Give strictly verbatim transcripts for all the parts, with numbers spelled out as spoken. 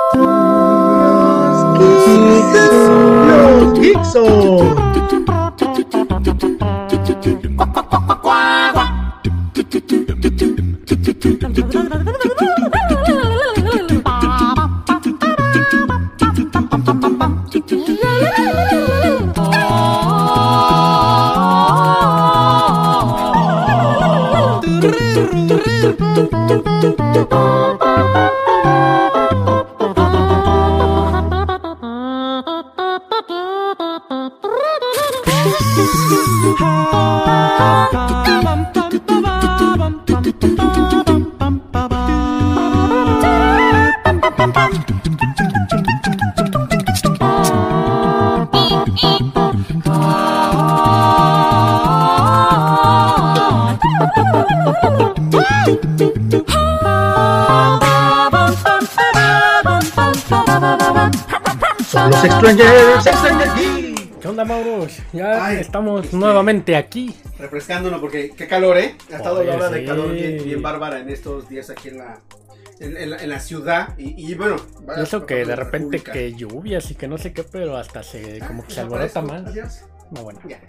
Los Geekson. Los Extrangers, Extranger Geek. ¿Qué onda, Mauro? Ya Ay, estamos este, nuevamente aquí. Refrescándonos porque qué calor, ¿eh? Ha estado Oye, la hora de sí. calor bien, bien bárbara en estos días aquí en la, en, en la, en la ciudad. Y, y bueno, Y eso que de repente República. que lluvias y que no sé qué, pero hasta se como que se Ah, alborota desaparezco. más. Adiós. No, bueno. Ya.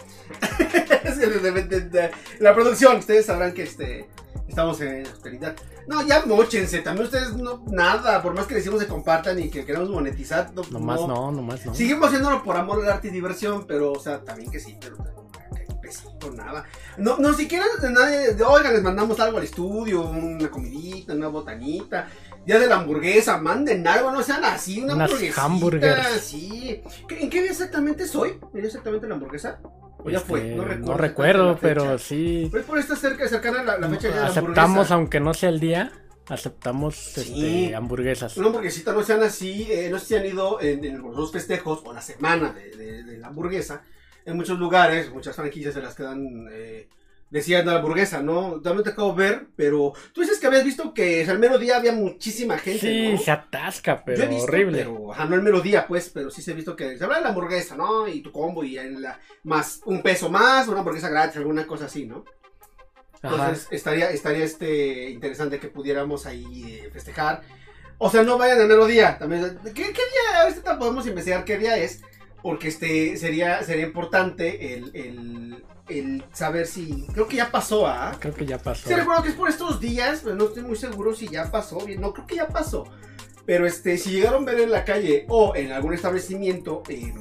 Es que de- de- de- de- la producción, ustedes sabrán que este estamos en austeridad. No, ya mochense, también ustedes no, nada, por más que decimos que compartan y que queremos monetizar, no, Nomás no, nomás no. Seguimos haciéndolo por amor al arte y diversión, pero, o sea, también que sí, pero qué pesito, nada. No, no siquiera de nadie, de, oigan, les mandamos algo al estudio, una comidita, una botanita, día de la hamburguesa, manden algo, no sean así, una Unas hamburguesita, hamburgers. sí. ¿Qué- ¿En qué día exactamente soy? ¿En exactamente la hamburguesa? ¿O ya fue? Este, No recuerdo. No recuerdo, exactamente la pero fecha. sí. Pues por esta cerca, cercana la, la fecha ya de la Aceptamos, hamburguesa. aunque no sea el día, aceptamos Sí. este, hamburguesas. Una hamburguesita, no sean así, eh, no sé si han ido en, en los dos festejos o la semana de, de- de la hamburguesa. En muchos lugares, muchas franquicias se las quedan eh, decían de la hamburguesa, ¿no? También te acabo de ver, pero tú dices que habías visto que al mero día había muchísima gente, Sí, ¿no? se atasca, pero Yo he visto, horrible. pero, ajá, no el mero día, pues, pero sí se ha visto que se habla de la hamburguesa, ¿no? Y tu combo y en la, más un peso más, una hamburguesa gratis, alguna cosa así, ¿no? Ajá. Entonces estaría, estaría este interesante que pudiéramos ahí eh, festejar. O sea, no vayan al mero día. También, ¿qué, qué día? Ahorita podemos investigar qué día es. Porque este sería, sería importante el, el, el saber si. Creo que ya pasó, ¿ah? Creo que ya pasó. Sí, recuerdo que es por estos días, pero no estoy muy seguro si ya pasó. Bien, no, creo que ya pasó. Pero este, si llegaron a ver en la calle o en algún establecimiento, eh,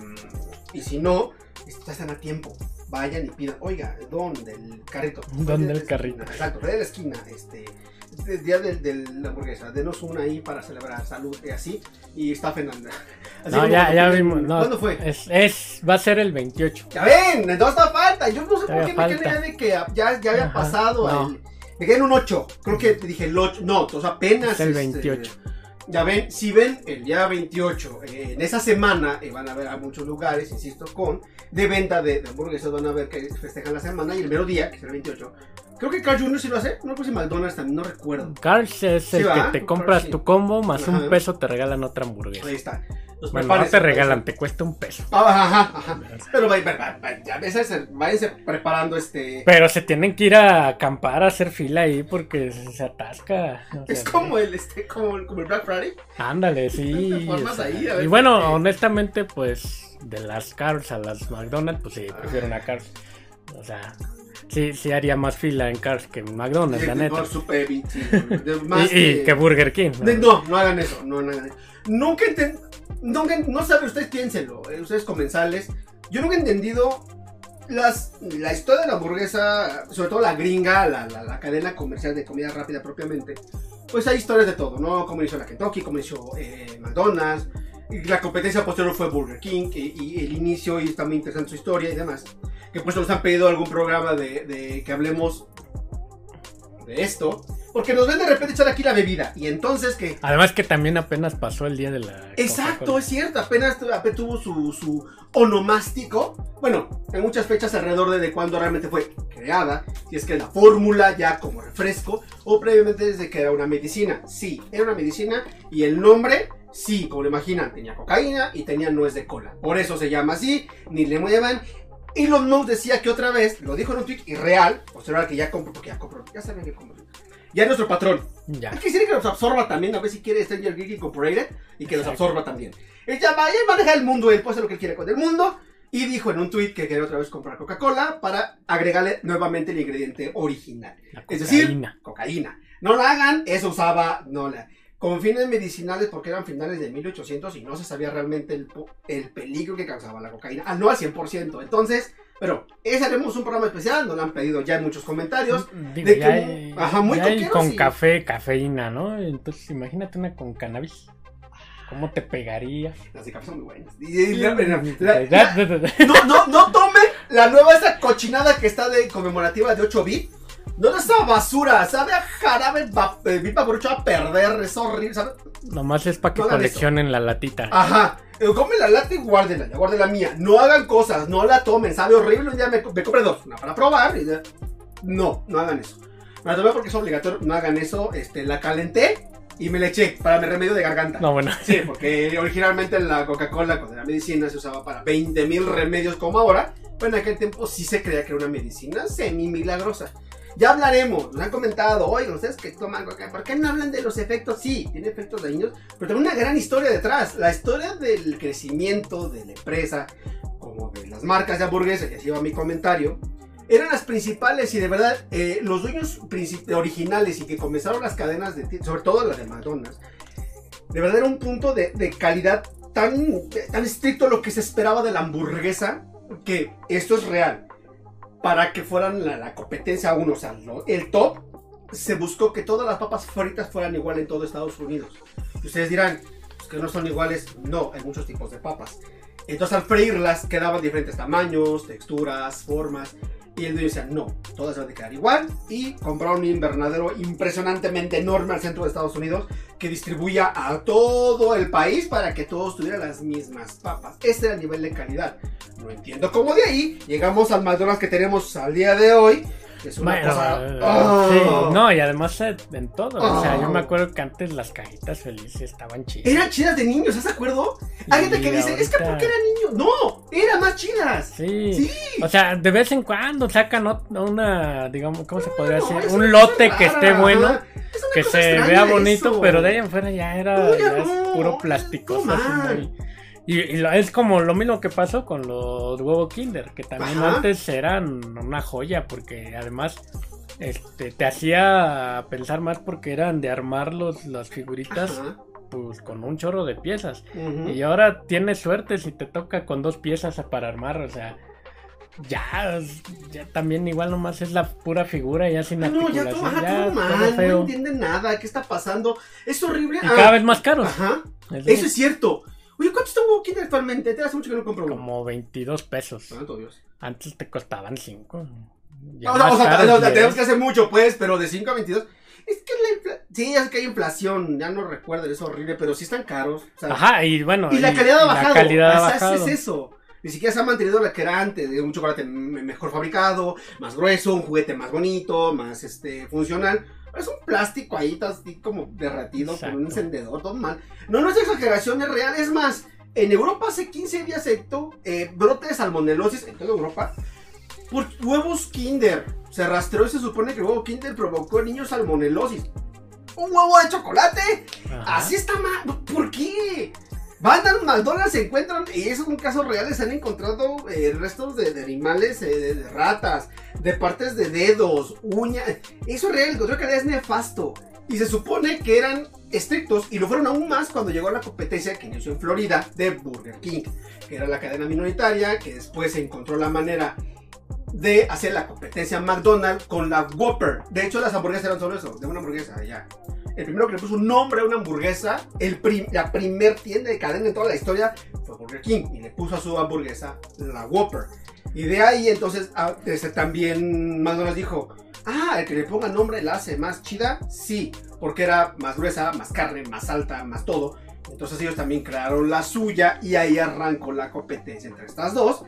y si no, este, ya están a tiempo. Vayan y pidan, oiga, don del carrito. Don de del la carrito. esquina, exacto, de la esquina, este, el día del, de la hamburguesa, denos una ahí para celebrar salud y así, y está Fernanda. Así No, como ya, cuando ya piden- vimos. No, ¿Cuándo fue? Es, es, va a ser el veintiocho. Ya ven, no está falta, yo no sé por Todavía qué me quedé falta. de que ya, ya había Ajá, pasado, no. el- me quedé en un ocho, creo que te dije el ocho, no, o sea, apenas. Es el este, veintiocho. Ya ven, si ven el día veintiocho, eh, en esa semana eh, van a ver a muchos lugares, insisto, con de venta de, de hamburguesas, van a ver que festejan la semana y el mero día, que es el veintiocho. Creo que Carl junior sí lo hace, no sé si McDonald's también, no recuerdo. Carl's es Sí, el ¿va? que te Carl's, compras sí. tu combo más Ajá. un peso te regalan otra hamburguesa. Ahí está. Los Bueno, no prepárense, te regalan, prepárense. te cuesta un peso. Ah, ajá, ajá. Pero vaya, vaya, vaya, ya ves, ese- váyanse preparando este. Pero se tienen que ir a acampar, a hacer fila ahí porque se, se atasca. O sea, Es como el, este, como el, como el Black Friday. Ándale, sí. Te formas o sea, ahí, a y ver bueno, qué- honestamente, pues de las Carl's a las McDonald's, pues sí, prefiero una Carl's. O sea, sí, sí haría más fila en Carl's que en McDonald's, la neta. No, super, sí, de- más Y, y que- que Burger King. ¿no? De- no, no hagan eso, no, no hagan eso. Nunca enten- nunca, no saben, ustedes piénsenlo, eh, ustedes comensales. Yo nunca he entendido las, la historia de la hamburguesa, sobre todo la gringa, la, la, la cadena comercial de comida rápida propiamente. Pues hay historias de todo, ¿no? Como hizo la Kentucky, como hizo eh, McDonald's. Y la competencia posterior fue Burger King, y, y el inicio, y está muy interesante su historia y demás. Que pues nos han pedido algún programa de, de que hablemos de esto. Porque nos ven de repente echar aquí la bebida. Y entonces que... Además que también apenas pasó el día de la Exacto, Coca-Cola. es cierto, apenas, apenas tuvo su, su onomástico. Bueno, en muchas fechas alrededor de, de cuándo realmente fue creada. Si es que la fórmula ya como refresco, o previamente desde que era una medicina. Sí, era una medicina y el nombre, sí, como lo imaginan, tenía cocaína y tenía nuez de cola. Por eso se llama así, ni le muevan. Elon Musk decía que otra vez, lo dijo en un tweet irreal, posterior al que ya compró, porque ya compró, ya saben que compró. ya es nuestro patrón. Ya. Hay que decir que nos absorba también, a ver si quiere Stranger Geek Incorporated y que nos absorba también. Él ya va, él maneja el mundo, él puede hacer lo que él quiere con el mundo. Y dijo en un tweet que quería otra vez comprar Coca-Cola para agregarle nuevamente el ingrediente original. Es decir, cocaína. No la hagan, eso usaba, no la... Con fines medicinales, porque eran finales de mil ochocientos y no se sabía realmente el, el peligro que causaba la cocaína. Ah, no al cien por ciento. Entonces, pero ese haremos un programa especial, nos lo han pedido ya en muchos comentarios. Digo, de ya que, hay, ajá, muy ya hay con y... café, cafeína, ¿no? Entonces imagínate una con cannabis. ¿Cómo te pegaría? Las de café son muy buenas. Y, y, la, la, la, la, no, no, no tome la nueva esa cochinada que está de conmemorativa de ocho bit. No es esa basura, sabe a jarabe, pipa por ocho a perder, es horrible, ¿sabe? Nomás es para que no coleccionen la latita. Ajá, come la lata y guárdenla, ya guarden la mía. No hagan cosas, no la tomen, sabe horrible, un día me, me compré dos, una para probar y ya. No, no hagan eso. Me la tomé porque es obligatorio, no hagan eso, este, la calenté y me la eché para mi remedio de garganta. No, bueno. Sí, porque originalmente la Coca-Cola, cuando era medicina, se usaba para veinte mil remedios como ahora. Pero en aquel tiempo sí se creía que era una medicina semi-milagrosa. Ya hablaremos, nos han comentado, oigan, ustedes que toman coca, ¿por qué no hablan de los efectos? Sí, tiene efectos dañinos, pero también una gran historia detrás. La historia del crecimiento de la empresa, como de las marcas de hamburguesas, que así va mi comentario, eran las principales y de verdad, eh, los dueños originales y que comenzaron las cadenas, de sobre todo las de McDonald's, de verdad era un punto de, de calidad tan, tan estricto lo que se esperaba de la hamburguesa, que esto es real. Para que fueran la, la competencia uno, o sea, ¿no? El top, se buscó que todas las papas fritas fueran igual en todo Estados Unidos. Y ustedes dirán, pues que no son iguales. No, hay muchos tipos de papas. Entonces al freírlas quedaban diferentes tamaños, texturas, formas. Y el dueño decía, no, todas deben de quedar igual. Y compraron un invernadero impresionantemente enorme al centro de Estados Unidos que distribuía a todo el país para que todos tuvieran las mismas papas. Ese era el nivel de calidad. No entiendo cómo de ahí llegamos al McDonald's que tenemos al día de hoy. Es una bueno, cosa... Uh, oh. Sí, no, y además en todo. Oh. O sea, yo me acuerdo que antes las cajitas felices estaban chidas. Eran chidas de niños, ¿estás de acuerdo? Hay gente que dice, ahorita... es que ¿por qué eran niños? No, eran más chidas. Sí. sí. O sea, de vez en cuando sacan una, digamos, ¿cómo se podría no, decir? Un lote que esté bueno, que se vea bonito, eso. Pero de ahí en fuera ya era no, ya ya no, es puro plástico. No, muy... Y, y lo, es como lo mismo que pasó con los huevos Kinder, que también Ajá. antes eran una joya, porque además este, te hacía pensar más porque eran de armar los, las figuritas Ajá. pues con un chorro de piezas. Uh-huh. Y ahora tienes suerte si te toca con dos piezas para armar, o sea, ya, ya también igual nomás es la pura figura, ya sin no, articulación. Ya todo, ajá, ya todo mal, feo. No entienden nada, ¿qué está pasando? Es horrible. Y ah, cada vez más caros. Ajá, es eso es cierto. Oye, ¿cuánto está un huevo Kinder actualmente? Te hace mucho que no compro uno. Como veintidós pesos. Santo Dios. Antes te costaban cinco. No, no, o sea, no, tenemos que hacer mucho, pues, pero de cinco a veintidós. Es que la inflación. Sí, es que hay inflación, ya no recuerdo, es horrible, pero sí están caros. O sea, Ajá, y bueno. Y la calidad ha bajado. La calidad ha bajado. bajado. Es eso. Ni siquiera se ha mantenido la que era antes, de un chocolate mejor fabricado, más grueso, un juguete más bonito, más este funcional. Es un plástico ahí, así como derretido, Exacto. con un encendedor, todo mal. No, no es exageración, es real. Es más, en Europa hace quince días se eh, brote de salmonelosis en toda Europa por huevos Kinder. Se rastreó y se supone que el huevo Kinder provocó en niños salmonelosis. ¿Un huevo de chocolate? Ajá. Así está mal. ¿Por qué? Van a McDonald's, se encuentran, y eso es un caso real, se han encontrado eh, restos de, de animales, eh, de, de ratas, de partes de dedos, uñas. Eso es real, el control de calidad es nefasto. Y se supone que eran estrictos, y lo fueron aún más cuando llegó la competencia que inició en Florida de Burger King, que era la cadena minoritaria, que después se encontró la manera de hacer la competencia McDonald's con la Whopper. De hecho, las hamburguesas eran solo eso, de una hamburguesa, ya. El primero que le puso un nombre a una hamburguesa, el prim, la primer tienda de cadena en toda la historia, fue Burger King. Y le puso a su hamburguesa la Whopper. Y de ahí entonces a, desde también McDonald's dijo, ah, el que le ponga nombre la hace más chida. Sí, porque era más gruesa, más carne, más alta, más todo. Entonces ellos también crearon la suya y ahí arrancó la competencia entre estas dos.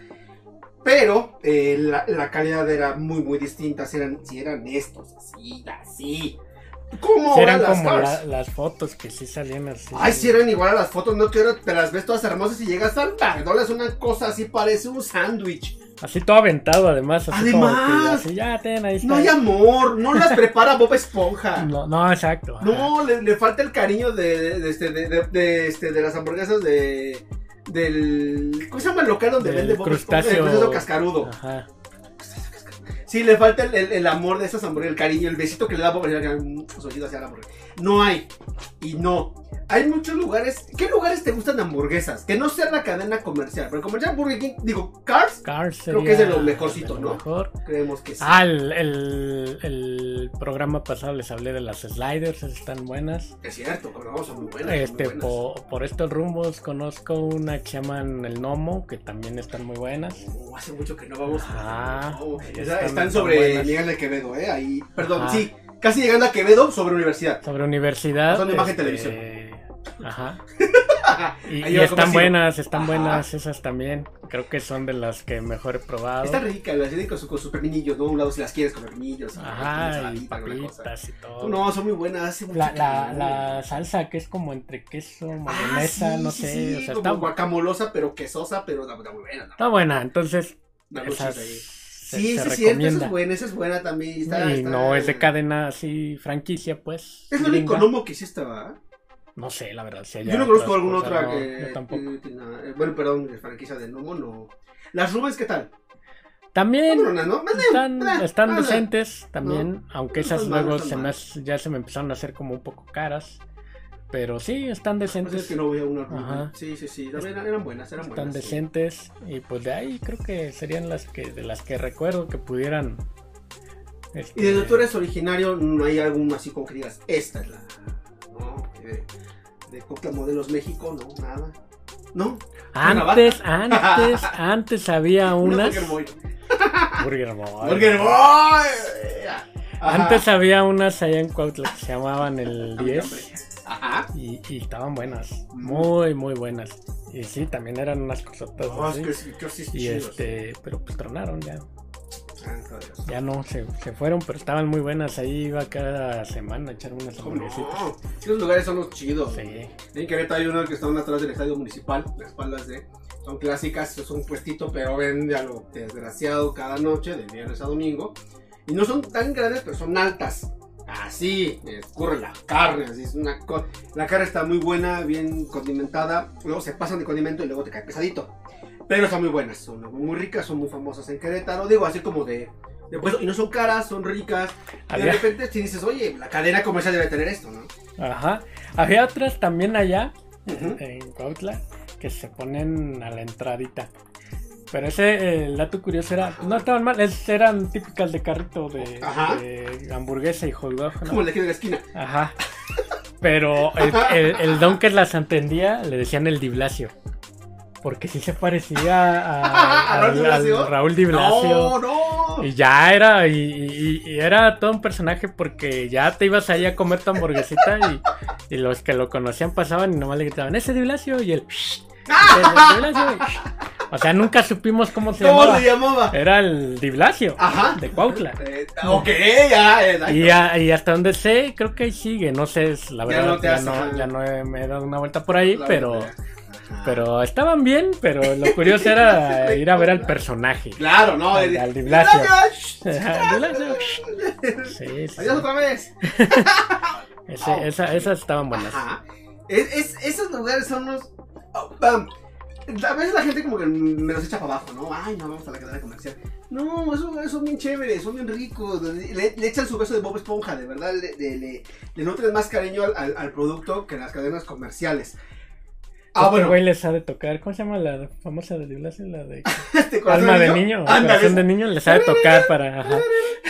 Pero eh, la, la calidad era muy muy distinta. Si eran, si eran estos, así, así. ¿Cómo si eran las como la, las fotos que sí salían así? Ay, si eran igual a las fotos, no quiero, te las ves todas hermosas y llegas al McDonald's, una cosa así, parece un sándwich. Así todo aventado, además. Así Además, como que así, ya, ten, ahí está. No hay amor, no las prepara Bob Esponja. No, no, exacto. No, le, le falta el cariño de, de, de, este, de, de, de, este, de las hamburguesas de... Del... ¿Cómo se llama el local donde Del vende Bob crustáceo. Esponja? El crustáceo cascarudo. Ajá. Sí, le falta el, el, el amor de esas hamburguesas, el cariño, el besito que le da Bob Esponja, su oído hacia la hamburguesa. No hay. Y no. Hay muchos lugares. ¿Qué lugares te gustan de hamburguesas? Que no sea la cadena comercial. Pero comercial Burger King, digo, Cars. Cars creo que es de lo mejorcito, de lo ¿no? Mejor. Creemos que sí. Ah, el, el, el programa pasado les hablé de las sliders, están buenas. Es cierto, pero son muy buenas. Este, muy buenas. Por, por estos rumbos conozco una que se llaman El Nomo, que también están muy buenas. Oh, hace mucho que no vamos ah, a... Oh, están, están, están sobre buenas. Miguel de Quevedo, ¿eh? Ahí, perdón, Ajá. sí. Casi llegando a Quevedo, sobre universidad. Sobre universidad. Son de imagen este, televisión. Ajá. Y, Ahí y va están como buenas, están Ajá. buenas esas también. Creo que son de las que mejor he probado. Está rica, las tienen con, su, con sus pepinillos, ¿no? Un lado si las quieres con pepinillos. Ajá, y y papitas y todo. No, son muy buenas. Hace mucho La, que la, no. la salsa que es como entre queso, Ah, mayonesa, sí, no sí, sé. sí, o sea, como está, guacamolosa, pero quesosa, pero está, está muy buena. está buena. Entonces, Una esas luchita ahí. se, Sí, se sí, es cierto, esa recomienda. es buena, esa es buena también. Está, y está- no es de cadena así, franquicia, pues. Es lo único gringa. Nomo que sí estaba. No sé, la verdad. Si Yo no conozco alguna cosas, otra no, que. yo tampoco. que tenga- eh, bueno, perdón, de franquicia de Nomo, no. Las Rubens, ¿qué tal? También No, no, no, no, están, eh, están ah, decentes también, no, aunque no esas están mal, luego no están se me mal. hace- ya se me empezaron a hacer como un poco caras. Pero sí, están Pues es decentes. que no voy a una Rubens. Ajá. Sí, sí, sí. También eran, eran buenas, eran Están buenas. sí. decentes. Y pues de ahí creo que serían las que de las que recuerdo que pudieran. este, Y de donde tú eres originario, no hay alguno así como que digas, esta es la. No, de, de Cocla Modelos México, no, nada. ¿No? Antes, antes, antes había Una unas. Burger Boy. Burger Boy. Burger Boy. Ajá. Antes había unas allá en Cuautla que se llamaban el A mí diez. también. Ajá. Y, y estaban buenas. Muy, muy buenas. Y sí, también eran unas cosotas No, es así. que sí, que sí es Y chido, este, pero pues tronaron ya. Ah, joder. Ya no, se, se fueron, pero estaban muy buenas. Ahí iba cada semana a echar unas ¿Cómo hamburguesitas. no? Esos lugares son los chidos. Sí. En Querétaro hay uno que están atrás del estadio municipal, las espaldas de. Son clásicas, es un puestito, pero vende a lo desgraciado cada noche, de viernes a domingo. Y no son tan grandes, pero son altas. Así, escurre la carne, así es una co- La carne está muy buena, bien condimentada. Luego se pasan de condimento y luego te cae pesadito. Pero están muy buenas, son muy ricas, son muy famosas en Querétaro. Digo, así como de. de puesto, y no son caras, son ricas. Y de Había- repente si dices, oye, la cadena comercial debe tener esto, ¿no? Ajá. Había otras también allá, Ujú. en Cuautla, que se ponen a la entradita. Pero ese, eh, el dato curioso era, no estaban mal, es- eran típicas de carrito de, Ajá. de hamburguesa y hot dog, ¿no? Como el de aquí de la esquina. Ajá. Pero el, el, el don que las atendía le decían el Di Blasio. Porque sí se parecía a, ¿A Raúl Di al- al Blasio? Raúl Di Blasio. No, no. Y ya era, y, y- y era todo un personaje porque ya te ibas ahí a comer tu hamburguesita y, y los que lo conocían pasaban y nomás le gritaban, ese Di Blasio y el... el Di Blasio, y- o sea, nunca supimos cómo se ¿Cómo llamaba. se llamaba? Era el Di Blasio, Ajá. de Cuautla. Eh, ok, ya, exacto. Y, a- y hasta donde sé, creo que ahí sigue. No sé, es- la Ya verdad, no te ya has- no, ajá. ya no he- me he dado una vuelta por ahí, La pero, verdad. Ajá. pero estaban bien. Pero lo curioso era ir a ver al personaje. Claro, no. Al- de- al Di Blasio. Di Di Blasio. Sí, sí. Adiós otra vez. Ese- esa- esas estaban buenas. Ajá. Es, es- esos lugares son los. oh, um, a veces la gente como que me los echa para abajo, ¿no? Ay, no, vamos a la cadena comercial. No, esos lugares son bien chéveres, son bien ricos. Le, le echan su beso de Bob Esponja, de verdad. Le, le, le, le nutren más cariño al, al, al producto que las cadenas comerciales. Ah, Este bueno. güey les ha de tocar. ¿Cómo se llama la famosa de Di Blasio? La de Este corazón Alma de Niño. Ándale. Corazón de Niño les ha de tocar para. Ajá.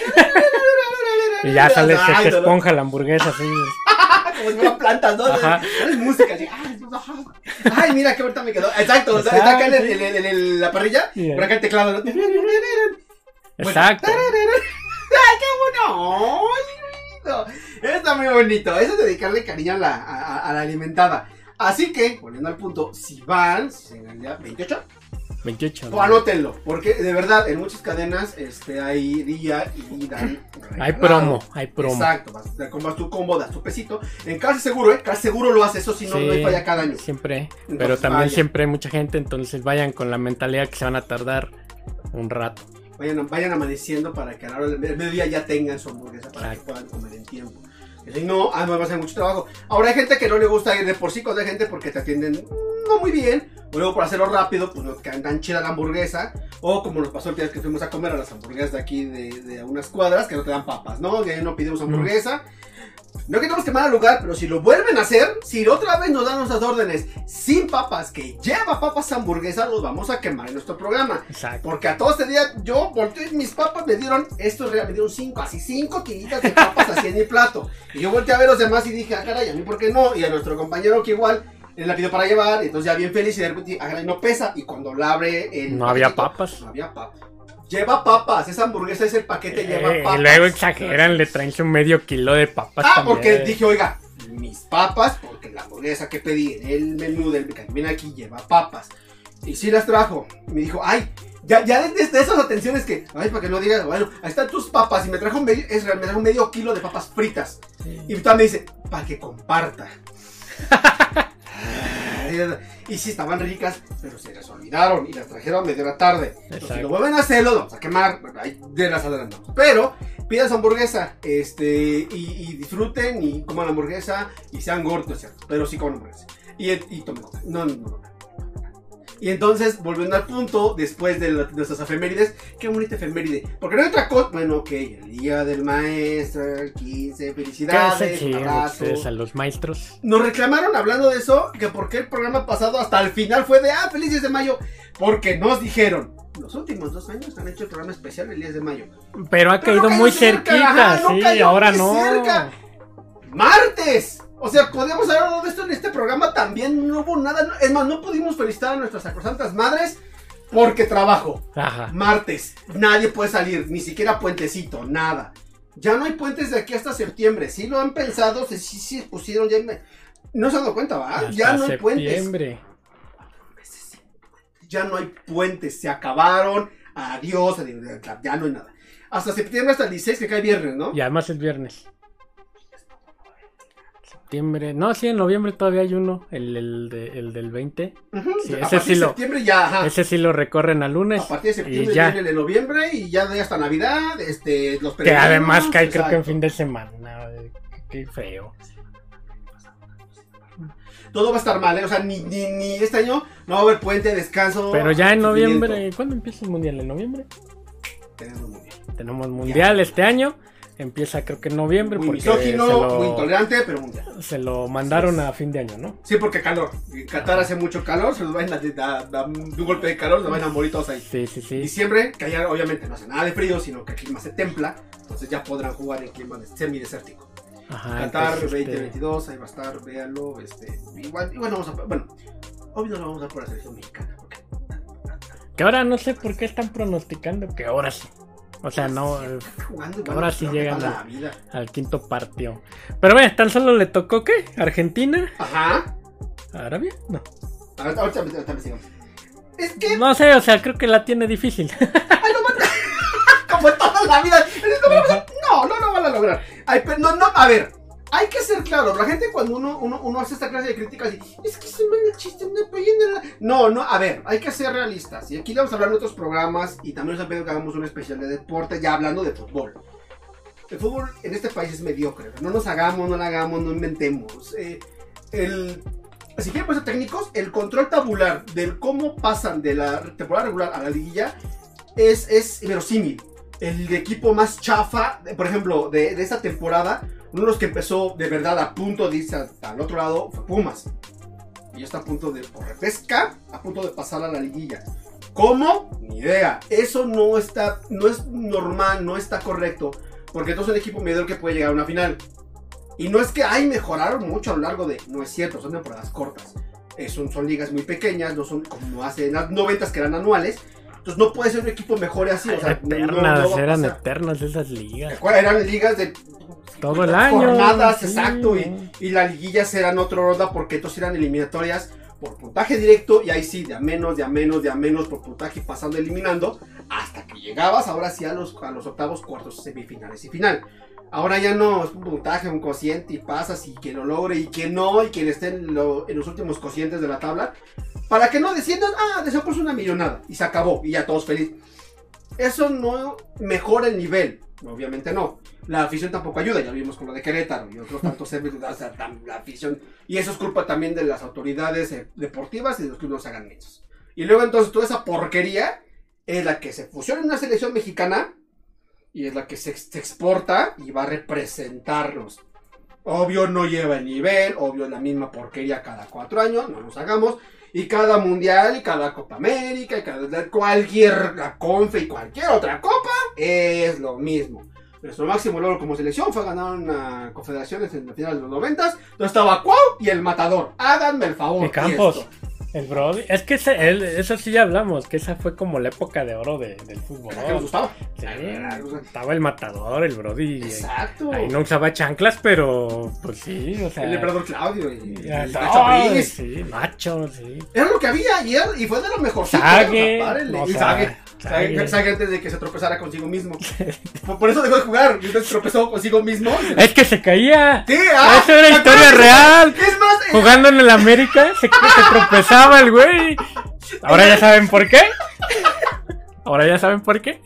Y ya sale, se Ay, te no, no. esponja la hamburguesa así. Como si fueran plantas, ¿no? Ajá. Es música, así. Ay, ay, mira qué bonita me quedó. Exacto, está, está acá en, el- en el- en el- la parrilla, Sí. por acá el teclado, ¿no? Exacto. ¡Ay, qué bueno! ¡Ay, lindo! Está muy bonito. Eso es dedicarle cariño a la, a, a la alimentada. Así que, volviendo al punto, si van, si en el día veintiocho, veintiocho. pues anótenlo. Porque de verdad, en muchas cadenas este, hay día y dan. Hay regalado. promo, hay promo. Exacto, vas, te compras tu combo, das tu pesito. En Casi Seguro, ¿eh? Casi Seguro lo hace, eso sí, no, Sí, no hay falla cada año. Siempre. Entonces, Pero también vaya. siempre hay mucha gente, entonces vayan con la mentalidad que se van a tardar un rato. Vayan, vayan amaneciendo para que a la hora del mediodía ya tengan su hamburguesa para Exacto. que puedan comer en tiempo. Que si no, además va a ser mucho trabajo. Ahora hay gente que no le gusta ir de por sí, cuando hay gente porque te atienden no muy bien, o luego por hacerlo rápido, pues no te quedan tan chida la hamburguesa, o como nos pasó el día que fuimos a comer a las hamburguesas de aquí de, de unas cuadras, que no te dan papas, ¿no? Que ahí no pedimos hamburguesa. No queremos quemar el lugar, pero si lo vuelven a hacer, si otra vez nos dan nuestras órdenes sin papas, que lleva papas hamburguesa, los vamos a quemar en nuestro programa. Exacto. Porque a todo este día yo volteé y mis papas me dieron, esto es real, me dieron cinco, así cinco tiritas de papas así en mi plato. Y yo volteé a ver a los demás y dije, ah, caray, a mí por qué no. Y a nuestro compañero que igual, él la pidió para llevar, y entonces ya bien feliz y de repente, ah, caray, no pesa. Y cuando la abre el No había paquetito, papas. No había papas. Lleva papas, esa hamburguesa es el paquete, lleva Eh, papas. y luego exageran, le traen un medio kilo de papas. Ah, también. porque dije, oiga, mis papas, porque la hamburguesa que pedí en el menú del que viene aquí lleva papas. Y sí las trajo. Y me dijo, ay, ya, ya desde esas atenciones que, ay, para que no digas, bueno, ahí están tus papas. Y me trajo medio, es real, me trajo medio kilo de papas fritas. Sí. Y también me dice, para que comparta. Y sí, estaban ricas, pero se les olvidaron y las trajeron a media hora tarde. Entonces, si lo vuelven a hacerlo, lo vamos a quemar. Bueno, ahí de las adelantamos. Pero pidan su hamburguesa, este, y, y disfruten y coman la hamburguesa y sean gordos, ¿cierto? Pero sí coman hamburguesa. Y, y tomen. No, no, no. Y entonces, volviendo al punto, después de, la, de nuestras efemérides, qué bonita efeméride. Porque no hay otra cosa. Bueno, ok, el día del maestro, el quince, felicidades, Sí, un abrazo. ustedes a los maestros. Nos reclamaron hablando de eso, que porque el programa pasado hasta el final fue de, ah, feliz diez de mayo. Porque nos dijeron, los últimos dos años han hecho el programa especial el diez de mayo. Pero ha Pero caído no muy cerca, cerquita, ajá, no sí, cayó ahora muy no. cerca. ¡Martes! O sea, podemos haber hablado de esto en este programa también, no hubo nada. No, es más, no pudimos felicitar a nuestras sacrosantas madres porque trabajo. Ajá. Martes, nadie puede salir, ni siquiera puentecito, nada. Ya no hay puentes de aquí hasta septiembre. Sí lo han pensado, sí, sí, sí pusieron ya. Me... No se han dado cuenta, ¿va? Hasta Ya no hay puentes. septiembre. Ya no hay puentes, se acabaron. Adiós, ya no hay nada. Hasta septiembre, hasta el dieciséis, que cae viernes, ¿no? Y además es viernes. Septiembre. No, sí, en noviembre todavía hay uno. El, el, de, el del veinte. Uh-huh. Sí, A ese partir sí de lo- septiembre ya, ajá. Ese sí lo recorren a lunes. A partir de septiembre y ya. viene el de noviembre y ya de hasta Navidad, este, los Que peregrinos, además cae creo que en exacto. fin de semana. eh, Qué feo. Todo va a estar mal, ¿eh? O sea, ni, ni, ni este año no va a haber puente, descanso. Pero ya en sufrimiento. noviembre. ¿Cuándo empieza el mundial? ¿En noviembre? Tenemos muy bien. Tenemos mundial este año. Empieza creo que en noviembre. Muy Porque misógino, se lo- muy intolerante, pero mundial. Se lo mandaron a fin de año, ¿no? Sí, porque calor. En Qatar hace mucho calor, se los van a dar da, un golpe de calor, se van a morir todos ahí. Sí, sí, sí. Diciembre, que allá obviamente no hace nada de frío, sino que el clima se templa, entonces ya podrán jugar en clima semidesértico. Ajá, Qatar entonces, veinte este, veintidós, ahí va a estar, véanlo, este, igual, igual vamos a, bueno, obvio no lo vamos a dar por la selección mexicana, porque Que ahora no sé por qué están pronosticando que ahora sí. O sea, no. eh, jugando igual, Ahora sí creo que llegan toda a- la vida. Al quinto partido. Pero ve, tan solo le tocó ¿qué? ¿Argentina? Ajá, ¿Arabia? No. ahorita, ahorita, ahorita investigamos. Es que, No sé, o sea, creo que la tiene difícil. ay, no van a- como toda la vida, no, no lo van a lograr. Ay, pero no, no, a ver, hay que ser claros, la gente cuando uno, uno, uno hace esta clase de críticas y es que se me el chiste en la... No, no, a ver, hay que ser realistas. Y aquí le vamos a hablar en otros programas y también nos han pedido que hagamos un especial de deporte, ya hablando de fútbol. El fútbol en este país es mediocre, no nos hagamos, no lo hagamos, no inventemos. Eh, el... Si quieren ser técnicos, el control tabular del cómo pasan de la temporada regular a la liguilla es, es inverosímil. El equipo más chafa, por ejemplo, de, de esta temporada, uno de los que empezó de verdad a punto de irse al otro lado fue Pumas. Y ya está a punto de, por repesca, a punto de pasar a la liguilla. ¿Cómo? Ni idea. Eso no está, no es normal, no está correcto. Porque entonces es un equipo mediocre que puede llegar a una final. Y no es que, ay, mejoraron mucho a lo largo de... No es cierto, son temporadas cortas. Eh, son, son ligas muy pequeñas, no son como hace en las noventas que eran anuales. Entonces no puede ser un equipo mejor así. O sea, no- no- eternas, no va a eran pasar. eternas esas ligas. ¿Recuerdan? Eran ligas de Todo el año. jornadas, sí. exacto, y, y las liguillas eran otra ronda porque entonces eran eliminatorias por puntaje directo y ahí sí, de a menos, de a menos, de a menos por puntaje pasando, eliminando, hasta que llegabas ahora sí a los, a los octavos, cuartos, semifinales y final. Ahora ya no, es un puntaje, un cociente y pasas y quien lo logre y quien no, y quien esté en, lo- en los últimos cocientes de la tabla, para que no desciendan, ah, desaparece una millonada y se acabó y ya todos felices. eso no mejora el nivel. Obviamente no. La afición tampoco ayuda, ya lo vimos con lo de Querétaro y otros tantos servicios, o sea, la afición. Y eso es culpa también de las autoridades eh, deportivas y de los que no se hagan mechos. Y luego entonces toda esa porquería es la que se fusiona en una selección mexicana y es la que se, se exporta y va a representarnos. Obvio no lleva el nivel, obvio es la misma porquería cada cuatro años, no nos hagamos. Y cada mundial, y cada Copa América, y cada cualquier la Confe y cualquier otra copa es lo mismo. Nuestro máximo logro como selección fue ganar una confederaciones en la final de los noventas. Entonces estaba Cuau y el Matador. Háganme el favor. Y Campos. El Brody, es que ese, el, eso sí ya hablamos, que esa fue como la época de oro de, del fútbol. ¿A qué nos gustaba? Sí, estaba el Matador, el Brody. Exacto. Ahí no usaba chanclas, pero pues sí, o sea. El emperador Claudio y, y el Nacho Pérez. Sí, Macho, sí. Era lo que había ayer y fue de lo mejorcito. Sague. O sea, No, y Sague. Sague. Sague antes de que se tropezara consigo mismo. por, por eso dejó de jugar. Y entonces tropezó consigo mismo. Se... Es que se caía. Sí, ah, eso era historia real. Es más, jugando en el América, se, se tropezaba el güey. Ahora ya saben por qué. Ahora ya saben por qué.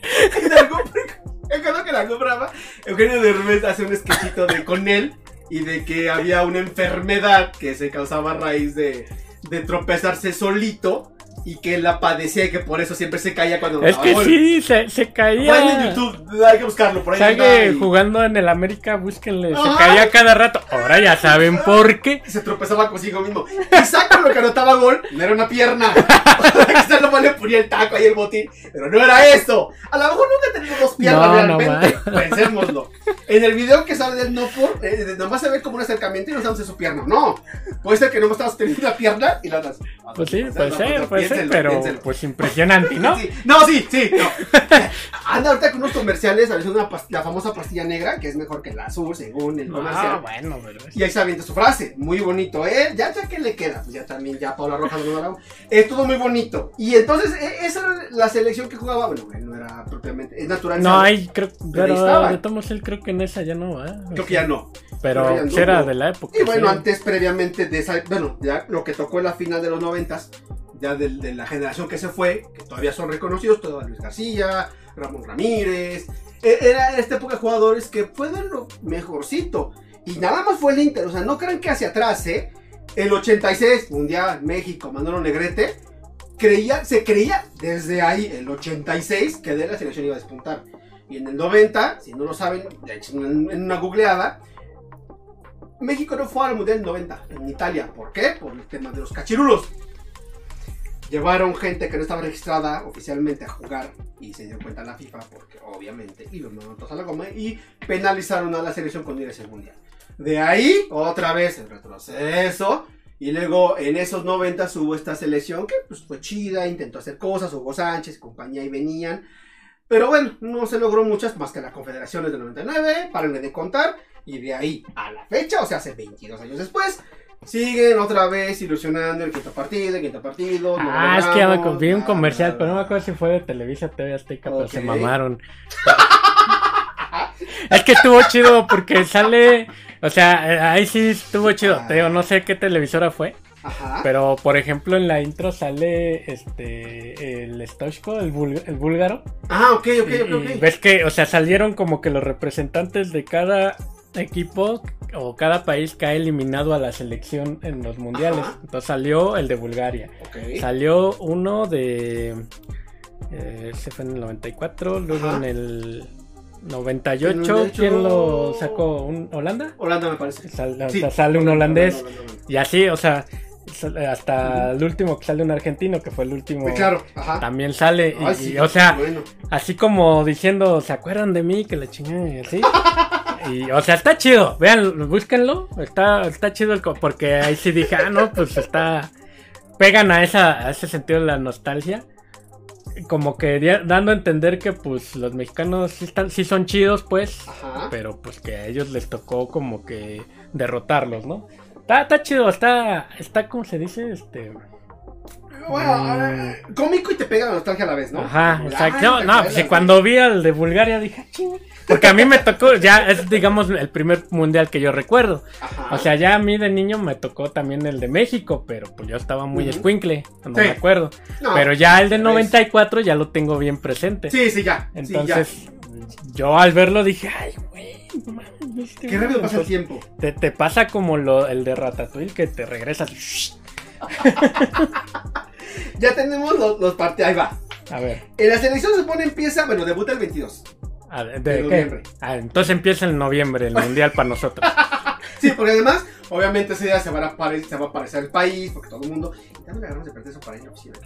Es que lo que la compraba. Eugenio Derbez hace un sketchito de con él y de que había una enfermedad que se causaba a raíz de, de tropezarse solito y que él la padecía y que por eso siempre se caía cuando es que gol. Sí, se, se caía. Bueno, en YouTube, hay que buscarlo por ahí. Sague y... jugando en el América, búsquenle. Se ¡ay! Caía cada rato. Ahora ya saben por qué. Se tropezaba consigo mismo. Y Saco lo que anotaba gol no era una pierna. Quizás nomás le ponía el taco ahí el botín. Pero no era eso. A lo mejor nunca tenemos dos piernas no, realmente. No, pensémoslo. En el video que sale del no por, eh, nomás se ve como un acercamiento y no sabemos de su pierna. No. Puede ser que no estábamos teniendo la pierna y la otras. Pues sí, puede no, ser, puede ser, pero piénselo. Pues impresionante, ¿no? Sí. No, sí, sí, no. Anda ahorita con unos comerciales, a veces una la famosa pastilla negra, que es mejor que la azul, según el comercial. Ah, bueno, pero... Y ahí se avienta su frase, muy bonito, ¿eh? Ya, ya que le queda, pues ya también, ya Paula Rojas no lo es todo muy bonito. Y entonces, esa era la selección que jugaba, bueno, no era propiamente, es natural. No, ahí creo, pero de Tomás él creo que en esa ya no, ¿eh? Creo que ya no. Pero, pero ya era no. De la época. Y bueno, sí. Antes, previamente de esa, bueno, ya lo que tocó en la final de los noventas, ya de, de la generación que se fue, que todavía son reconocidos, todo Luis García, Ramón Ramírez, era esta época de jugadores que fue de lo mejorcito, y nada más fue el Inter, o sea, no crean que hacia atrás, ¿eh? El ochenta y seis, Mundial, México, Manolo Negrete, creía, se creía desde ahí, el ochenta y seis, que de la selección iba a despuntar, y en el noventa, si no lo saben, en una googleada, México no fue al Mundial en noventa, en Italia, ¿por qué? Por el tema de los cachirulos. Llevaron gente que no estaba registrada oficialmente a jugar y se dio cuenta la FIFA porque obviamente y los mandaron a la goma y penalizaron a la selección con ir a ese mundial. De ahí otra vez el retroceso y luego en esos noventa hubo esta selección que pues fue chida, intentó hacer cosas, Hugo Sánchez, compañía y venían, pero bueno, no se logró muchas más que las confederaciones del noventa y nueve, párenle de contar y de ahí a la fecha, o sea hace veintidós años después. Siguen otra vez ilusionando el quinto partido, el quinto partido. No ah, es que ya me vi un comercial, nada. Pero no me acuerdo si fue de Televisa, T V Azteca, okay. Pero se mamaron. Es que estuvo chido porque sale, o sea, ahí sí estuvo chido. Ah. Te digo, no sé qué televisora fue. Ajá. Pero, por ejemplo, en la intro sale este el Stoichkov, el, bul- el búlgaro. Ah, ok, ok, y, ok, ok. Y ves que, o sea, salieron como que los representantes de cada equipo o cada país que ha eliminado a la selección en los mundiales. Ajá. Entonces salió el de Bulgaria. Okay. Salió uno de... Eh, ese fue en el noventa y cuatro, luego Ajá. en el noventa y ocho, noventa y ocho... ¿Quién lo sacó? ¿Un ¿Holanda? Holanda me parece. Sal, sí. O sea, sale un holandés. Holanda, Holanda, Holanda. Y así, o sea... Hasta uh-huh. el último que sale un argentino, que fue el último, claro, ajá. también sale. Ay, y, sí, y, o sea, bueno. Así como diciendo, ¿se acuerdan de mí? Que la chingada, así. Y, o sea, está chido. Vean, búsquenlo. Está, está chido el, porque ahí sí dije, ah, no, pues está. Pegan a, esa, a ese sentido de la nostalgia. Como que dando a entender que, pues, los mexicanos sí, están, sí son chidos, pues. Ajá. Pero, pues, que a ellos les tocó como que derrotarlos, ¿no? Está, está chido, está, está, ¿cómo se dice? Este... Bueno, Mm. cómico y te pega la nostalgia a la vez, ¿no? Ajá, Como de, exacto. ay, No, te no, acuerdas, pues sí, cuando vi al de Bulgaria dije, "Ah, chinga". Porque a mí me tocó, ya es, digamos, el primer mundial que yo recuerdo. Ajá. O sea, ya a mí de niño me tocó también el de México, pero pues yo estaba muy Ujú. escuincle, no Sí. me acuerdo. No, Pero ya el de ¿ves? noventa y cuatro ya lo tengo bien presente. Sí, sí, ya. Entonces, sí, yo al verlo dije, ay, güey, no mames, este ya. Qué rápido pasa el pues, tiempo. te, te pasa como lo, el de Ratatouille que te regresas. Ya tenemos los, los partidos. Ahí va. A ver, En la selección se pone empieza, bueno, debuta el veintidós. a ver, De ¿de, qué? noviembre. Ah, entonces empieza en noviembre el mundial para nosotros. Sí, porque además, obviamente ese día se, van a apare- se va a aparecer el país, porque todo el mundo. También le agarramos de perder eso para ellos. Sí,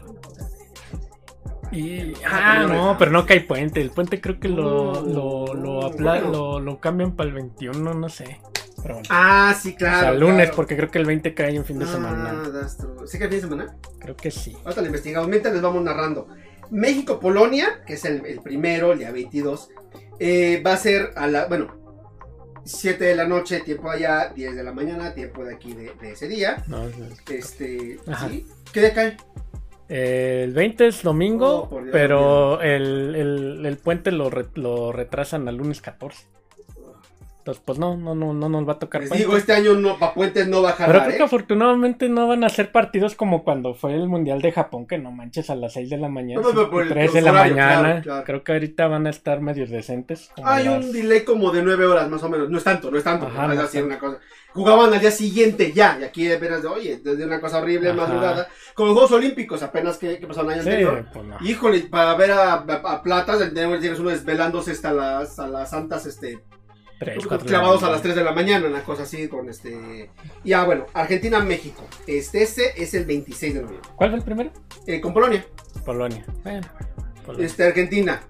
Y, ah, no, pero no que hay puente. El puente creo que lo, No, lo, lo, ¿por apla- qué no? lo, lo cambian para el veintiuno, no sé. Pero bueno. Ah, sí, O claro. sea, lunes, claro. porque creo que el veinte cae en fin de Ah, semana. that's true. ¿Sí que el fin de semana? Creo que sí. Ahorita lo investigamos. Mientras les vamos narrando. México-Polonia, que es el, el primero, el día veintidós. Eh, va a ser a la. Bueno, siete de la noche, tiempo allá, diez de la mañana, tiempo de aquí de, de ese día. No, es- Este. Ajá. ¿Sí? ¿Qué día cae? el veinte es domingo, Oh, por Dios pero el, el, el puente lo, re- lo retrasan al lunes catorce. Entonces, pues no, no, no, no nos va a tocar Les puente. digo, este año no, pa' puentes no va a Pero jalar, creo ¿eh? que afortunadamente no van a ser partidos como cuando fue el Mundial de Japón, que no manches a las seis de la mañana, No, pero por el- tres por de su la horario, mañana. claro, claro. Creo que ahorita van a estar medios decentes. como Hay las- un delay como de nueve horas más o menos. No es tanto, no es tanto. Ajá, no es no así es una cosa. Jugaban al día siguiente ya. Y aquí de veras de, oye, desde una cosa horrible, Ajá. madrugada. Como los Juegos Olímpicos, apenas que, que pasó el año Sí, anterior. pues no. Híjole, para ver a, a, a Platas, tienes uno desvelándose hasta las, a las santas, este, Tres, cuatro de la clavados a mañana. las tres de la mañana, una cosa así, con este... Y ah, bueno, Argentina-México. Este, ese es el veintiséis de noviembre. ¿Cuál fue el primero? Eh, con Polonia. Polonia. Bueno, Polonia. Este, Argentina.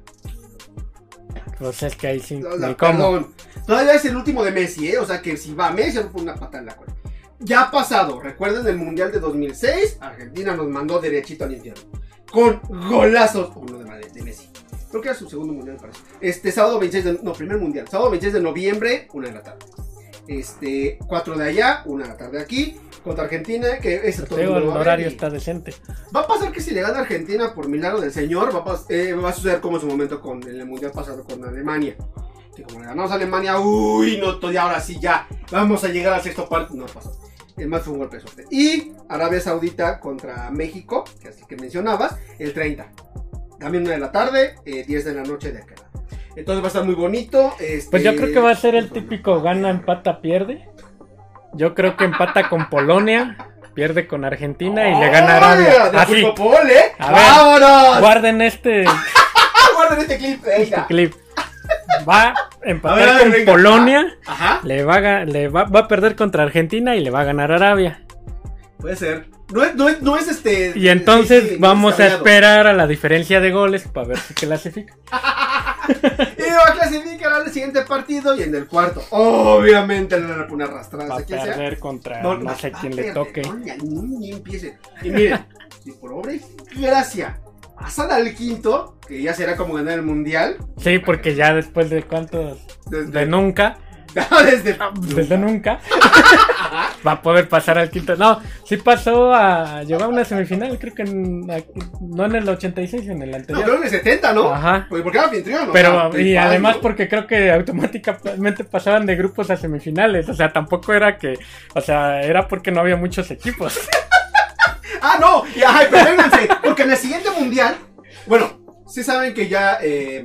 Pues es que ahí sí, La- ni cómo. perdón. Todavía es el último de Messi, ¿eh? O sea que si va Messi, fue una patada en la cola. Ya ha pasado. Recuerden el Mundial de dos mil seis. Argentina nos mandó derechito al infierno. Con golazos. Uno de, Madrid, de Messi. Creo que era su segundo mundial, me parece. Este, sábado veintiséis de... No, primer mundial. Sábado veintiséis de noviembre, una de la tarde. Este, cuatro de allá, una de la tarde aquí. Contra Argentina, que es todo Te digo, mundo el lo va a ver horario y- está decente. Va a pasar que si le gana a Argentina por milagro del señor, va a, pas- eh, va a suceder como en su momento con en el mundial pasado con Alemania. Que como le ganamos a Alemania, uy, no, to- y ahora sí ya, vamos a llegar al sexto partido. No pasó. El más fue un golpe de suerte. Y Arabia Saudita contra México, que es el que mencionabas, el treinta. También una de la tarde, eh, diez de la noche de acá. Entonces va a estar muy bonito. Este, Pues yo creo que va a ser el típico gana, empata, pierde. Yo creo que empata con Polonia, pierde con Argentina y le gana a Arabia. ¡De Así, fútbol, eh! A ver, ¡Vámonos! guarden este, ¡Ah, guarden este clip! este Venga. clip. Va a A empatar ver, a ver, con venga. Polonia, Ajá, le, va a, ga- le va, va a perder contra Argentina y le va a ganar a Arabia. puede ser. No es, no es, no es este. Y entonces sí, sí, vamos a descabellado. esperar a la diferencia de goles para ver si clasifica. Y va a clasificar al siguiente partido y en el cuarto, obviamente, le van a poner arrastradas Va a a quien sea. perder contra No, no, no, sé va quién a le perder, toque. no, ni, ni- ni empiece. Y miren, si por obra y gracia pasan al quinto, que ya será como ganar el mundial. Sí, porque ya después de cuántos, Desde, de nunca, desde, desde nunca, va a poder pasar al quinto. No, sí pasó a llevar una semifinal, creo que en- no en el ochenta y seis, en el No, anterior. creo en el setenta, ¿no? Ajá. Pues porque era anfitrión, ¿no? Pero, O sea, y igual, además ¿no? porque creo que automáticamente pasaban de grupos a semifinales, o sea, tampoco era que, o sea, era porque no había muchos equipos. Ah, no, y, ay, pero vénganse, porque en el siguiente mundial, bueno, sí saben que ya eh,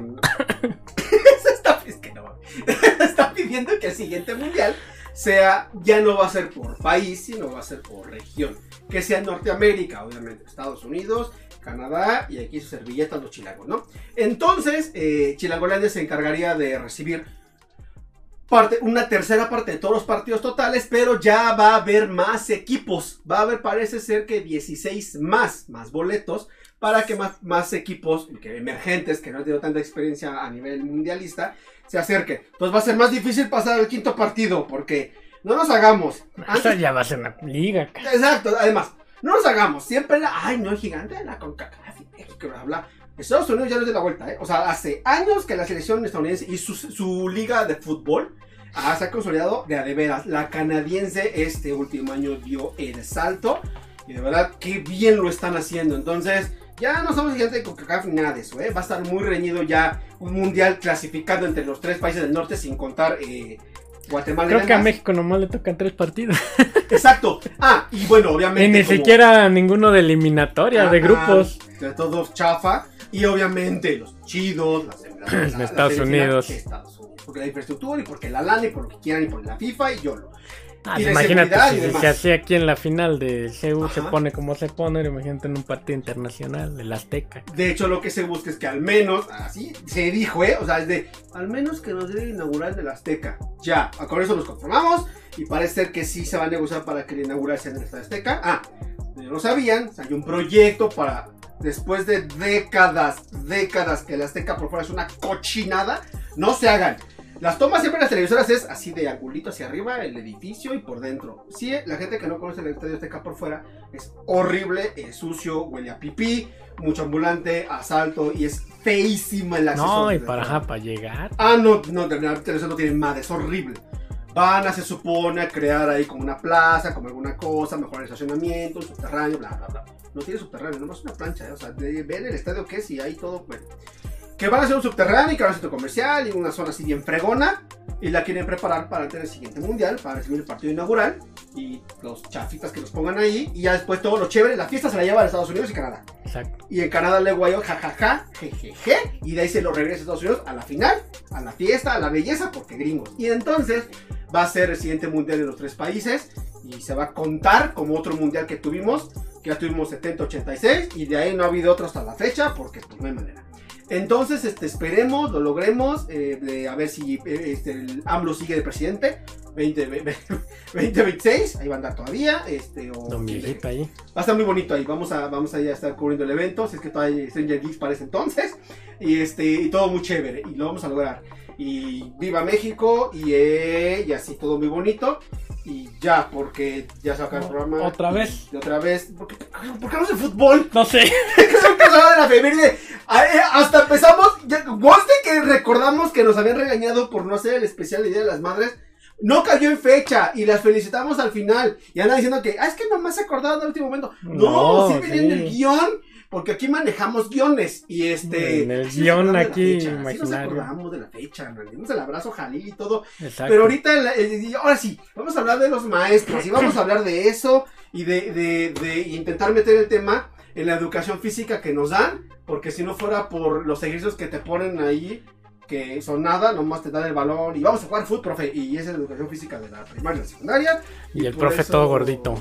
se está, es que no, está pidiendo que el siguiente mundial sea, ya no va a ser por país, sino va a ser por región, que sea Norteamérica, obviamente, Estados Unidos, Canadá y aquí sus servilletas los chilangos, ¿no? Entonces, eh, Chilangolandia se encargaría de recibir parte, una tercera parte de todos los partidos totales, pero ya va a haber más equipos. Va a haber, parece ser que dieciséis más, más boletos para que más, más equipos que emergentes, que no han tenido tanta experiencia a nivel mundialista, se acerquen. Entonces va a ser más difícil pasar al quinto partido, porque no nos hagamos. Esta Antes, ya va a ser una liga. ca- exacto, además, no nos hagamos. Siempre la, ay, no, el gigante de la CONCACAF, que bla, bla. Estados Unidos ya no es de la vuelta, ¿eh? O sea, hace años que la selección estadounidense y su, su liga de fútbol ah, se ha consolidado de a de veras. La canadiense este último año dio el salto Y de verdad, qué bien lo están haciendo. Entonces, ya no somos gigantes de CONCACAF ni nada de eso, ¿eh? Va a estar muy reñido ya un mundial clasificado entre los tres países del norte sin contar eh, Guatemala. Creo que a México nomás le tocan tres partidos. Exacto. Ah, y bueno, obviamente. Y ni como... siquiera ninguno de eliminatoria, ah, de grupos. De todo chafa. Y obviamente los chidos, las, las, las, Estados Unidos. Estados Unidos. Porque la infraestructura y porque la lana y por lo que quieran y por la FIFA y YOLO. Ah, imagínate si se hacía aquí en la final de C U, se pone como se pone, imagínate en un partido internacional, el Azteca. De hecho, lo que se busca es que al menos, así se dijo, ¿eh? O sea, es de, al menos que nos dé inaugurar el Azteca. Ya, con eso nos conformamos y parece ser que sí se va a negociar para que el inaugural sea en el Estadio Azteca. Ah, no lo sabían, o sea, hay un proyecto para, después de décadas, décadas que el Azteca por fuera es una cochinada, no se hagan. Las tomas siempre en las televisoras es así de angulito hacia arriba, el edificio y por dentro. Sí, la gente que no conoce el Estadio Azteca por fuera es horrible, es sucio, huele a pipí, mucho ambulante, asalto y es feísima el acceso. No, y para, ajá, para llegar. Ah, no, no, de la televisión no tiene madre, es horrible. Van a, se supone, a crear ahí como una plaza, como alguna cosa, mejorar el estacionamiento, un subterráneo, bla, bla, bla. No tiene subterráneo, nomás una plancha, ¿eh? O sea, de, ven el estadio que es y ahí todo, bueno. Que van a hacer un subterráneo y que van a hacer un centro comercial y una zona así bien fregona. Y la quieren preparar para el siguiente mundial, para recibir el partido inaugural. Y los chafitas que los pongan ahí. Y ya después todo lo chévere, la fiesta se la lleva a Estados Unidos y Canadá. Exacto. Y en Canadá le guayó jajaja, jejeje. Y de ahí se lo regresa a Estados Unidos a la final, a la fiesta, a la belleza, porque gringos. Y entonces va a ser el siguiente mundial de los tres países. Y se va a contar como otro mundial que tuvimos. Que ya tuvimos setenta ochenta y seis. Y de ahí no ha habido otro hasta la fecha, porque pues no hay manera. Entonces, este, esperemos, lo logremos, eh, de, a ver si eh, este, el AMLO sigue de presidente, veinte veintiséis, ahí va a andar todavía, este, o... Don Miguelito ahí. Va a estar muy bonito ahí, vamos a, vamos a, ya estar cubriendo el evento, si es que todavía hay Stranger Things para ese entonces, y este, y todo muy chévere, y lo vamos a lograr, y viva México, y, eh, y así todo muy bonito. Y ya, porque ya se acaba el programa. ¿Otra vez? Y otra vez. ¿Por qué, ¿por qué no es de fútbol? No sé. Es que son casadas de la efeméride. Hasta empezamos. Guste que recordamos que nos habían regañado por no hacer el especial de Día de las Madres. No cayó en fecha y las felicitamos al final. Y andan diciendo que, ah, es que nomás se acordaron del último momento. No, no sí venía sí. en el guión. Porque aquí manejamos guiones y este... En el guión aquí, imaginario. Así nos acordamos de la fecha, nos dimos el abrazo Jalil y todo. Exacto. Pero ahorita, el, el, ahora sí, vamos a hablar de los maestros y vamos a hablar de eso y de, de, de intentar meter el tema en la educación física que nos dan, porque si no fuera por los ejercicios que te ponen ahí, que son nada, nomás te dan el balón y vamos a jugar fútbol, profe, y esa es la educación física de la primaria y la secundaria. Y, y el profe eso, todo gordito.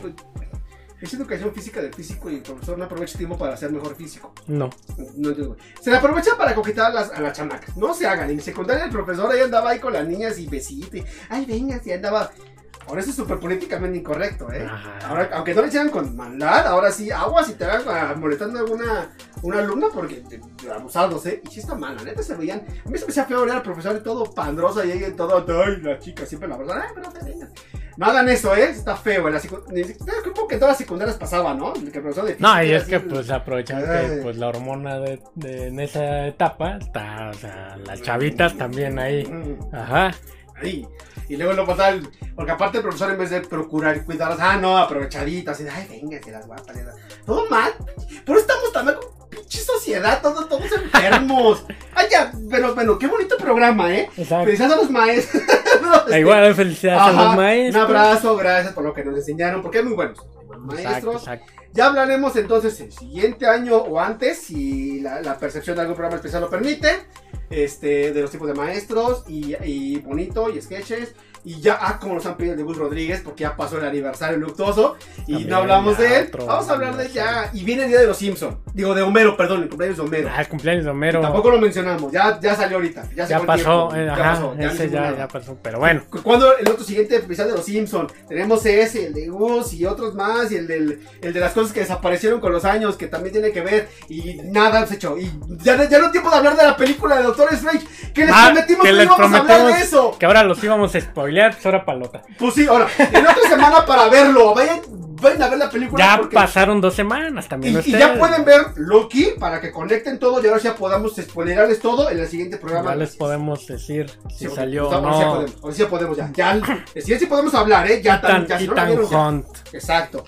Es educación física del físico y el profesor no aprovecha tiempo para ser mejor físico. No. No entiendo. Se le aprovecha para coquetear a las, a las chamacas. No se hagan. En secundaria el profesor ahí andaba ahí con las niñas y besito. Y, ay, venga, y andaba. Ahora eso es súper políticamente incorrecto, ¿eh? Ajá. Ahora, aunque no le hicieran con maldad, ahora sí, aguas y te van molestando a alguna una alumna porque abusados, ¿eh? Y sí está mal, la neta se veían. A mí se me hacía feo ver al profesor todo pandroso y ahí todo. Ay, la chica siempre la verdad. Ay, pero te venga. No hagan eso, ¿eh? Está feo. En la secundaria, creo que en todas las secundarias pasaba, ¿no? El que el profesor de no, y es que pues aprovechan que pues la hormona de, de en esa etapa está, o sea, las chavitas también ahí. Ajá. Ahí. Y luego lo pasa, el, porque aparte el profesor en vez de procurar y cuidarlas, ah, no, aprovechaditas, y ay, venga, que las guapas, todo mal. Pero estamos también con pinche sociedad, todos, todos enfermos. Ay, ya, pero bueno, qué bonito programa, ¿eh? Exacto. Felicidades a los maestros. Este, igual, felicidades ajá, a los maestros. Un abrazo, gracias por lo que nos enseñaron, porque es muy buenos. Maestros. Exacto, exacto. Ya hablaremos entonces el siguiente año o antes, si la, la percepción de algún programa especial lo permite, este, de los tipos de maestros y, y bonito y sketches. Y ya, ah, como nos han pedido el de Gus Rodríguez, porque ya pasó el aniversario luctuoso y también no hablamos de él. Vamos a hablar de él ya. Y viene el día de los Simpsons. Digo, de Homero, perdón, el cumpleaños de Homero. Ah, el cumpleaños de Homero. Y tampoco lo mencionamos, ya, ya salió ahorita. Ya, ya pasó, eh, ya ajá, pasó, ya, ese ya, ya pasó, pero bueno. Cuando el otro siguiente especial de los Simpsons, tenemos ese, el de Gus y otros más, y el, del, el de las cosas que desaparecieron con los años, que también tiene que ver, y nada se echó. Y ya, ya no tiempo de hablar de la película de Doctor Strange, que les ah, prometimos que, que les íbamos a hablar de eso. Que ahora los íbamos a spoilear, pues ahora palota. Pues sí, ahora, en otra semana para verlo, vayan, vayan a ver la película. Ya porque... pasaron dos semanas también. Y, y ya pueden ver Loki para que conecten todo y ahora ya podamos spoilerarles todo en el siguiente programa. Ya les podemos decir si sí, sí, o no. Ahora sí podemos, ahora sí podemos ya. Ya, el siguiente sí podemos hablar, ¿eh? Ya tan, ya, ya Ethan Hunt. Exacto.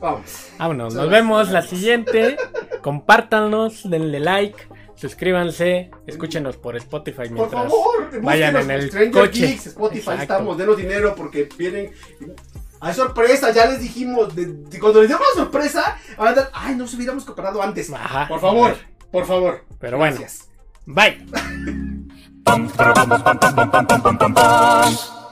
Vamos. Vámonos, nos vemos la siguiente. Compártanos, denle like, suscríbanse, escúchenos por Spotify mientras por favor, vayan en el Stranger coche. Geeks, Spotify, Exacto. estamos, denos dinero porque vienen. Hay sorpresa, ya les dijimos. De, de, cuando les demos la sorpresa, van a dar, ay, nos hubiéramos comprado antes. Ajá. Por favor, por favor. Pero Gracias. bueno, bye. Pum, pum, pum, pum, pum, pum, pum, pum, pum.